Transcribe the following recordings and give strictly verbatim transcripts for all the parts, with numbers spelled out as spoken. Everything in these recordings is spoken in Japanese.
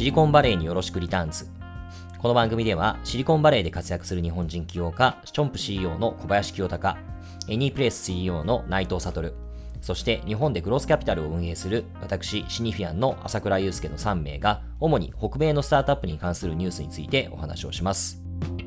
シリコンバレーによろしくリターンズ。この番組ではシリコンバレーで活躍する日本人起業家、チョンプ シーイーオー の小林清隆、エニープレイス シーイーオー の内藤悟、そして日本でグロースキャピタルを運営する私シニフィアンの朝倉祐介のさん名が主に北米のスタートアップに関するニュースについてお話をします。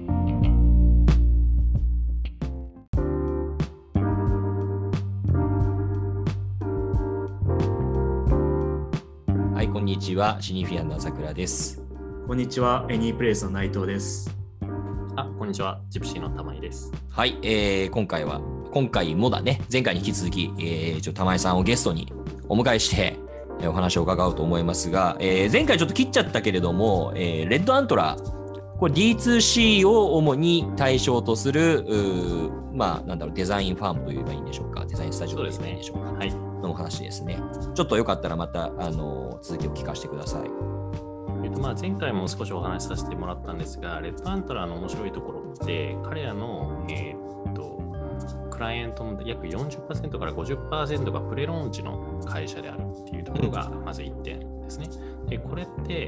はい、こんにちは、シニフィアンの朝倉です。 こんにちは、エニープレイスの内藤です。 あ、こんにちは、ジプシーの玉井です。 はい、えー、今回は今回もだね、前回に引き続き、えー、ちょ玉井さんをゲストにお迎えして、えー、お話を伺おうと思いますが、えー、前回ちょっと切っちゃったけれども、えー、レッドアントラー、これ ディーツーシー を主に対象とする、まあなんだろう、デザインファームと言えばいいんでしょうか、デザインスタジオと言えばいいんでしょうか、 はい、 の話ですね。ちょっとよかったらまたあの続きを聞かせてください。 えっと、まあ前回も少しお話しさせてもらったんですが、レッドアントラーの面白いところって、彼らの、えー、っとクライアントの約 よんじゅっパーセント から ごじゅっパーセント がプレローンチの会社であるっていうところがまずいってんですね。で、これって、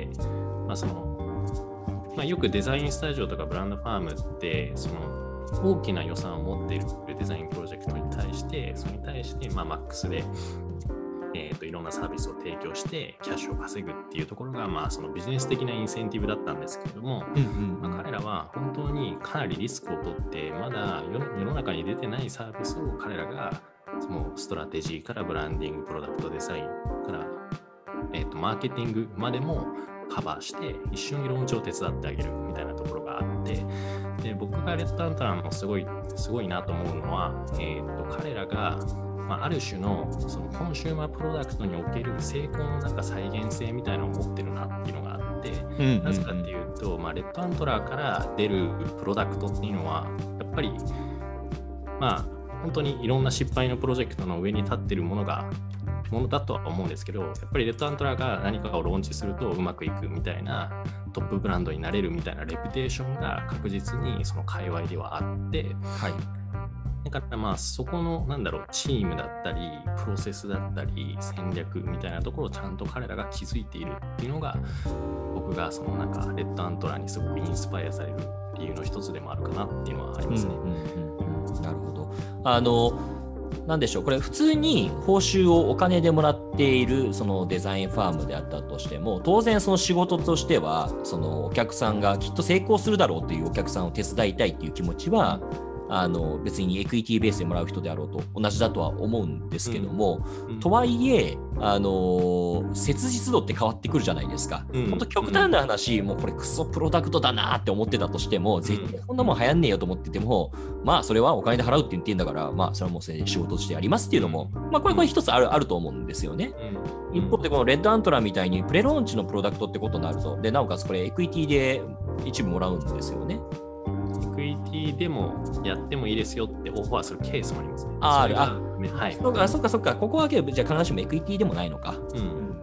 まあそのまあ、よくデザインスタジオとかブランドファームってその大きな予算を持っているデザインプロジェクトに対してそれに対してまあマックスで、えー、といろんなサービスを提供してキャッシュを稼ぐっていうところがまあそのビジネス的なインセンティブだったんですけれども、うんうんまあ、彼らは本当にかなりリスクを取ってまだ世の中に出てないサービスを彼らがそのストラテジーからブランディングプロダクトデザインから、えー、とマーケティングまでもカバーして一緒にローンチを手伝ってあげるみたいなところがあって、で僕がレッドアントラーのすごいすごいなと思うのは、えー、と彼らが、まあ、ある種のそのコンシューマープロダクトにおける成功のなんか再現性みたいなのを持ってるなっていうのがあって、うんうんうん、なぜかっていうと、まあ、レッドアントラーから出るプロダクトっていうのはやっぱりまあ本当にいろんな失敗のプロジェクトの上に立ってるものがものだとは思うんですけど、やっぱりレッドアントラーが何かをローンチするとうまくいくみたいなトップブランドになれるみたいなレピュテーションが確実にその界隈ではあって、はい、だからまあそこのなんだろうチームだったりプロセスだったり戦略みたいなところをちゃんと彼らが築いているっていうのが僕がそのなんかレッドアントラーにすごくインスパイアされる理由の一つでもあるかなっていうのはありますね。うんうんうん、なるほど。あのなんでしょう、これ普通に報酬をお金でもらっているそのデザインファームであったとしても、当然その仕事としてはそのお客さんがきっと成功するだろうというお客さんを手伝いたいという気持ちはあの別にエクイティベースでもらう人であろうと同じだとは思うんですけども、うんうん、とはいえあの切実度って変わってくるじゃないですか。本当、うん、極端な話、うん、もうこれクソプロダクトだなって思ってたとしても、絶対こんなもん流行んねえよと思ってても、まあそれはお金で払うって言ってんだから、まあそれはもう仕事としてやりますっていうのも、まあこれこれ一つあるあると思うんですよね。うん、一方でこのレッドアントラーみたいにプレローンチのプロダクトってことになると、でなおかつこれエクイティで一部もらうんですよね。 エクイティでもやってもいいですよってオファーするケースもありますね。 あるあ、 ね、はい。 そっかそっかそっか、ここはけどじゃあ必ずしもエクイティでもないのか。 うん。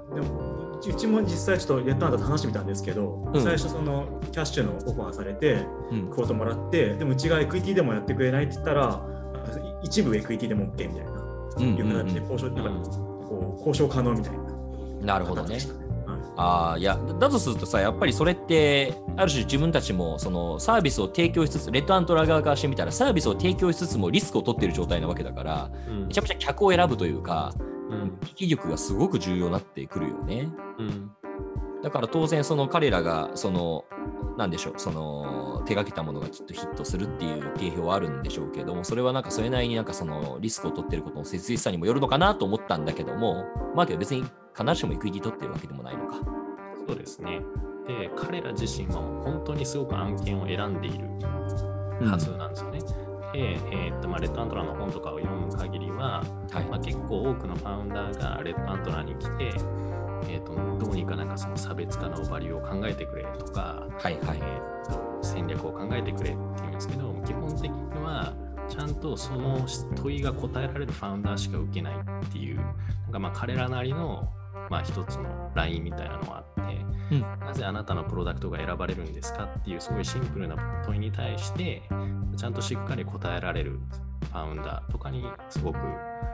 でもうちも実際ちょっとレッドアントラーと話してみたんですけど、うん、最初そのキャッシュのオファーされて、うん、クオートもらって、でもうちがエクイティでもやってくれないって言ったら、一部エクイティでも OK みたいな、うん、いう形で交渉、うん、なんかこう交渉可能みたいな。 なるほどね。ああ、いやだとするとさ、やっぱりそれってある種自分たちもそのサービスを提供しつつ、レッドアントラー側からしてみたらサービスを提供しつつもリスクを取っている状態なわけだから、うん、めちゃめちゃ客を選ぶというか、うん、危機力がすごく重要になってくるよね。うん、だから当然その彼らがそのなんでしょう、その手がけたものがきっとヒットするっていう定評はあるんでしょうけども、それはなんかそれなりになんかそのリスクを取っていることの切実さにもよるのかなと思ったんだけども、まあけど別に必ずしもエクイティ取ってるわけでもないのか。 そうですね。で、彼ら自身はもう本当にすごく案件を選んでいるはずなんですよね。うん、で、えーっとまあ、レッドアントラーの本とかを読む限りは、はい、まあ、結構多くのファウンダーがレッドアントラーに来て、えー、とどうにかなんかその差別化のバリューを考えてくれとか、はいはい、えー、と戦略を考えてくれって言うんですけど、基本的にはちゃんとその問いが答えられるファウンダーしか受けないっていう、なんかまあ彼らなりのまあ一つのラインみたいなのがあって、うん、なぜあなたのプロダクトが選ばれるんですかっていうすごいシンプルな問いに対してちゃんとしっかり答えられるファウンダーとかにすごく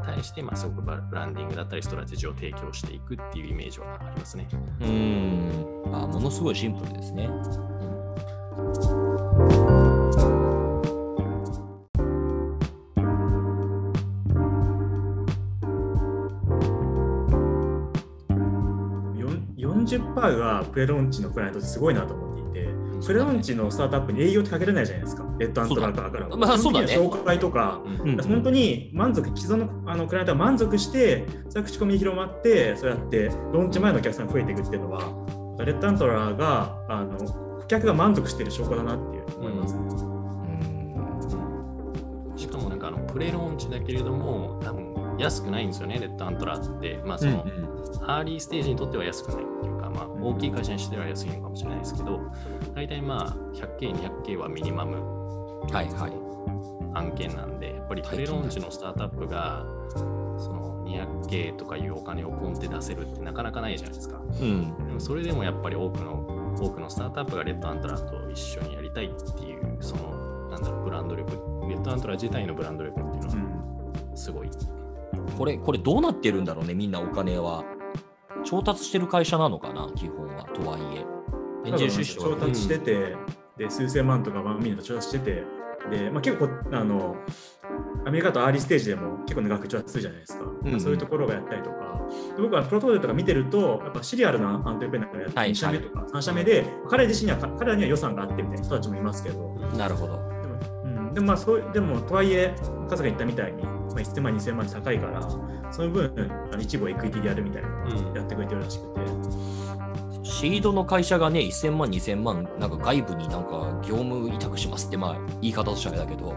対して、まあ、すごくブランディングだったりストラテジーを提供していくっていうイメージはありますね。 うーんあものすごいシンプルですね。 よんじゅっパーセント がプレローンチのクライアントってすごいなと思っていて、プレローンチのスタートアップに営業ってかけれないじゃないですか、レッドアントラーからは。 まあそうだね。 紹介とか、うん、本当に満足、既存のあのクライアントが満足して、それ口コミに広まって、そうやってローンチ前のお客さんが増えていくっていうのは、レッドアントラーがあの顧客が満足している証拠だなっていう思いますね。 うん、しかもなんかあのプレローンチだけれども、多分安くないんですよね、レッドアントラーって。まあその、うんうんアーリーステージにとっては安くないっていうか、まあ、大きい会社にしては安いのかもしれないですけど、大体まあ ひゃくケー、にひゃくケー はミニマム案件なんで、やっぱりプレローンチのスタートアップがそのにひゃくケー とかいうお金をポンって出せるってなかなかないじゃないですか。うん、でもそれでもやっぱり多くの多くのスタートアップがレッドアントラーと一緒にやりたいっていう、そのなんだろうブランド力、レッドアントラー自体のブランド力っていうのはすごい。 これこれどうなってるんだろうね、みんなお金は。調達してる会社なのかな、基本は。とはいえ。エンジェル出資調達してて、うん、で数千万とかみんな調達してて、でまあ、結構あの、アメリカとアーリーステージでも結構長く調達するじゃないですか。うんうん、そういうところがやったりとか、で僕はプロトコルとか見てると、やっぱシリアルなアントレプレナーがやってに社目とかさん社目で、はいはい、彼自身には彼らには予算があってみたいな人たちもいますけど。 なるほど。 でも、うん、でもまあそうでもとはいえ、カズが言ったみたいに、まあ、いっせんまん、にせんまん高いから、その分、一部をエクイティでやるみたいなのをやってくれてるらしくて、 うん。シードの会社がね、いっせんまん、にせんまん、なんか外部になんか業務委託しますって、まあ言い方としてはあれだけど、うん、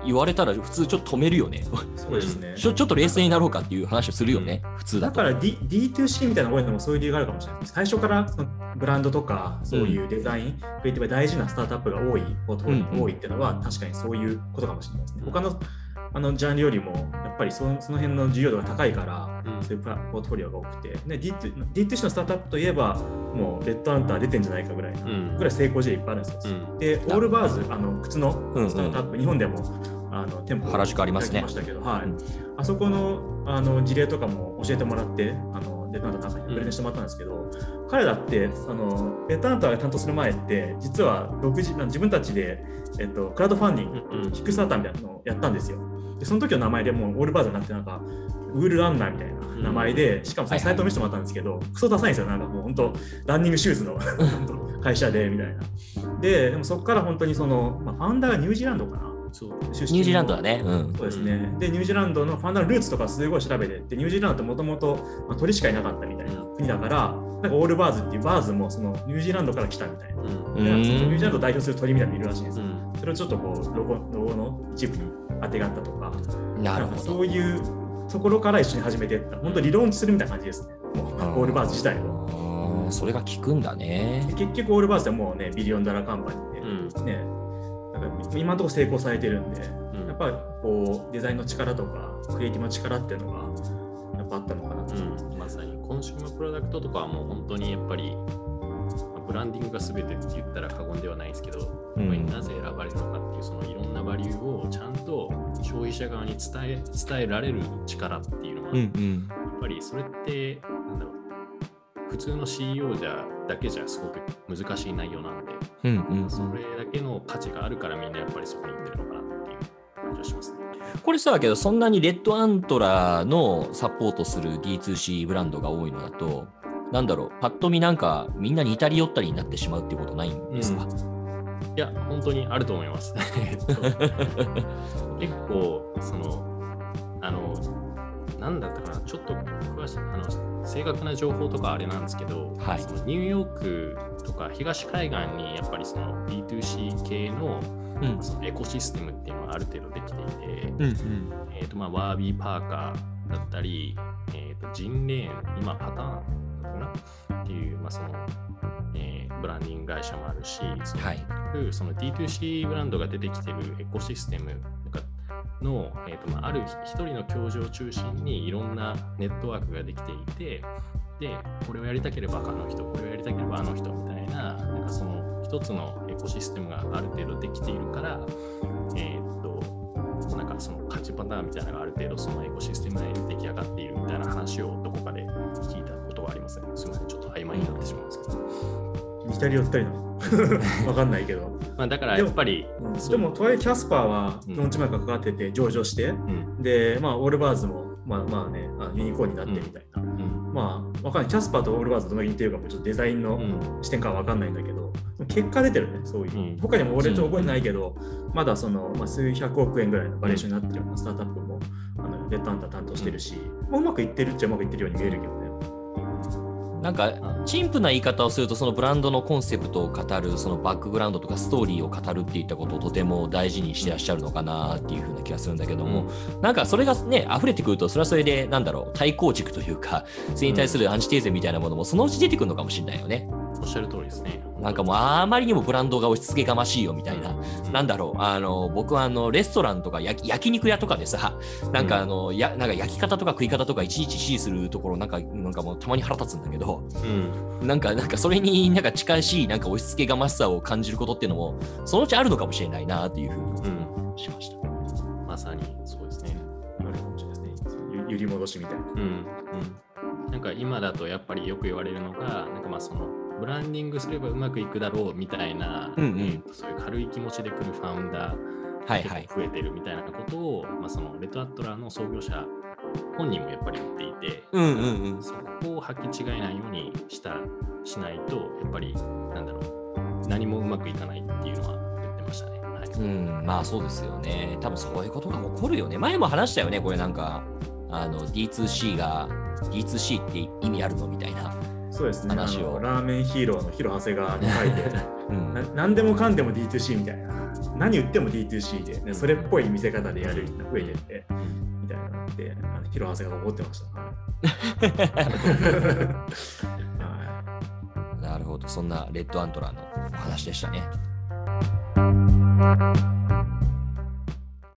言われたら普通ちょっと止めるよね。 そうですね。 ちょ、ちょっと冷静になろうかっていう話をするよね、うん、普通だと。 だから、D、ディーツーシー みたいなのが多いのもそういう理由があるかもしれないです。最初からそのブランドとか、そういうデザイン、うん、クリエイティブが大事なスタートアップが多い、ポートフォリオが多いっていうのは、うん、確かにそういうことかもしれないですね。他のあのジャンルよりもやっぱり そ, その辺の需要度が高いから、うん、そういうポートフォリオが多くて、ね、ディーツーシー のスタートアップといえばもうレッドアンター出てんじゃないかぐらいな、うん、ぐらい成功事例いっぱいあるんですよ、うん、でオールバーズあの靴のスタートアップ、うんうん、日本でもあの店舗原宿ありますね。 ましたけど、はい、うん、あそこ の, あの事例とかも教えてもらってあのレッドアンターの中にプレゼンしてもらったんですけど、うん、彼だってそのレッドアンターが担当する前って実は独自自分たちで、えっと、クラウドファンディング、うん、キックスターターみたいなのをやったんですよ。でその時の名前でもうオールバーズになってなんかウールランナーみたいな名前で、しかもそのサイトを見せてもらったんですけど、はいはい、クソダサいんですよ。なんかもう本当ランニングシューズの会社でみたいな。で、でもそこから本当にその、まあ、ファウンダーがニュージーランドかな。 そうニュージーランドだね、うん、 そうですね。でニュージーランドのファウンダーのルーツとかすごい調べてて、ニュージーランドってもともと鳥しかいなかったみたいな国だから、なんかオールバーズっていうバーズもそのニュージーランドから来たみたいな、うん、でそのニュージーランドを代表する鳥みたいなのいるらしいんですよ、うん、それをちょっとこうロゴ、ロゴの一部に当てがあったとか、 なるほど、 そういうところから一緒に始めていった、本当理論するみたいな感じですね。もうオールバーズ自体を。 それが効くんだね。 結局オールバーズでもうねビリオンダラーカンパニーで、うん、ね、なんか今のところ成功されてるんで、うん、やっぱりこうデザインの力とかクリエイティブの力っていうのがやっぱあったのかなと思います、 うん、まさにコンシューマープロダクトとかはもう本当にやっぱりブランディングが全てって言ったら過言ではないですけど、うん、なぜ選ばれるのかっていうそのいろんなバリューをちゃんと消費者側に伝え、伝えられる力っていうのは、うんうん、やっぱりそれってなんだろう、普通の シーイーオー じゃだけじゃすごく難しい内容なんで、うんうんうん、それだけの価値があるからみんなやっぱりそこに行ってるのかなっていう感じがしますね。 これさだけどそんなにレッドアントラーのサポートする ディーツーシー ブランドが多いのだと、なんだろう、パッと見なんかみんな似たり寄ったりになってしまうっていうことないんですか？うん、 いや本当にあると思います結構そのあのなんだったかな、ちょっと詳しいあの正確な情報とかあれなんですけど、はい、そのニューヨークとか東海岸にやっぱりその ディーツーシー 系の、うん、そのエコシステムっていうのはある程度できていて、うんうん、えーとまあ、ワービーパーカーだったり、えーとジンレーン、今パターンだなっていう、まあそのえー、ブランディング会社もあるし、その、はい、その ディーツーシー ブランドが出てきてるエコシステムの、えーとまあ、ある一人の教授を中心にいろんなネットワークができていて、でこれをやりたければあの人、これをやりたければあの人みたいな、なんかその一つのエコシステムがある程度できているから、えーとなんかその価値ちパターンみたいなのがある程度そのエコシステム内で出来上がっているみたいな話をどこかで聞いたことはありますね。すみません、ちょっと曖昧になってしまうんですけど。 似たり寄ったりのわかんないけど。 まあだからやっぱり。 でも、とはいえキャスパーはロンチマークがかかってて上場して、うん、で、まあ、オールバーズも、まあまあね、ユニコーンになってみたいな。うんうん、まあ、わかんない。キャスパーとオールバーズどの似てるかもちょっとデザインの視点からわかんないんだけど、うん、結果出てるね、そういう。うん、他にも俺ちょっと覚えてないけど、うん、まだその、まあ、数百億円ぐらいのバリエーションになってるようなスタートアップも、あのレッドアンター担当してるし、うんまあ、うまくいってるっちゃうまくいってるように見えるけどね。 なんか陳腐な言い方をするとそのブランドのコンセプトを語るそのバックグラウンドとかストーリーを語るっていったことをとても大事にしてらっしゃるのかなっていう風な気がするんだけども、うん、なんかそれがね溢れてくるとそれはそれでなんだろう対抗軸というかそれに対するアンチテーゼみたいなものもそのうち出てくるのかもしれないよね。 おっしゃる通りですね。 なんかもうあまりにもブランドが押し付けがましいよみたいな、うん、なんだろうあの僕はあのレストランとか焼焼肉屋とかでさなんかあの、うん、やなんか焼き方とか食い方とかいちいち指示するところなんかなんかもうたまに腹立つんだけど、うん、なんかなんかそれになんか近しいなんか押し付けがましさを感じることっていうのもそのうちあるのかもしれないなっていうふうにしました。 うん、まさにそうですね。 あるかもしれないですね。揺り戻しみたいな。うんうん、なんか今だとやっぱりよく言われるのがなんかまあそのブランディングすればうまくいくだろうみたいな、うんうん、そういう軽い気持ちで来るファウンダーが結構増えてるみたいなことを、はいはいまあ、そのレッドアットラーの創業者本人もやっぱり言っていて、うんうんうん、そこを履き違えないようにしたしないとやっぱりなんだろう何もうまくいかないっていうのは言ってましたね。はい、 うんまあそうですよね。多分そういうことが起こるよね。前も話したよねこれなんかあの ディーツーシー が ディーツーシー って意味あるのみたいな。 そうですね、話をラーメンヒーローのヒロ長谷川に書いて、うん、な何でもかんでも ディーツーシー みたいな何言っても ディーツーシー で、ね、それっぽい見せ方でやる人が増えてって、うん、みたいなのってヒロ長谷川が怒ってましたなるほどそんなレッドアントラーのお話でしたね。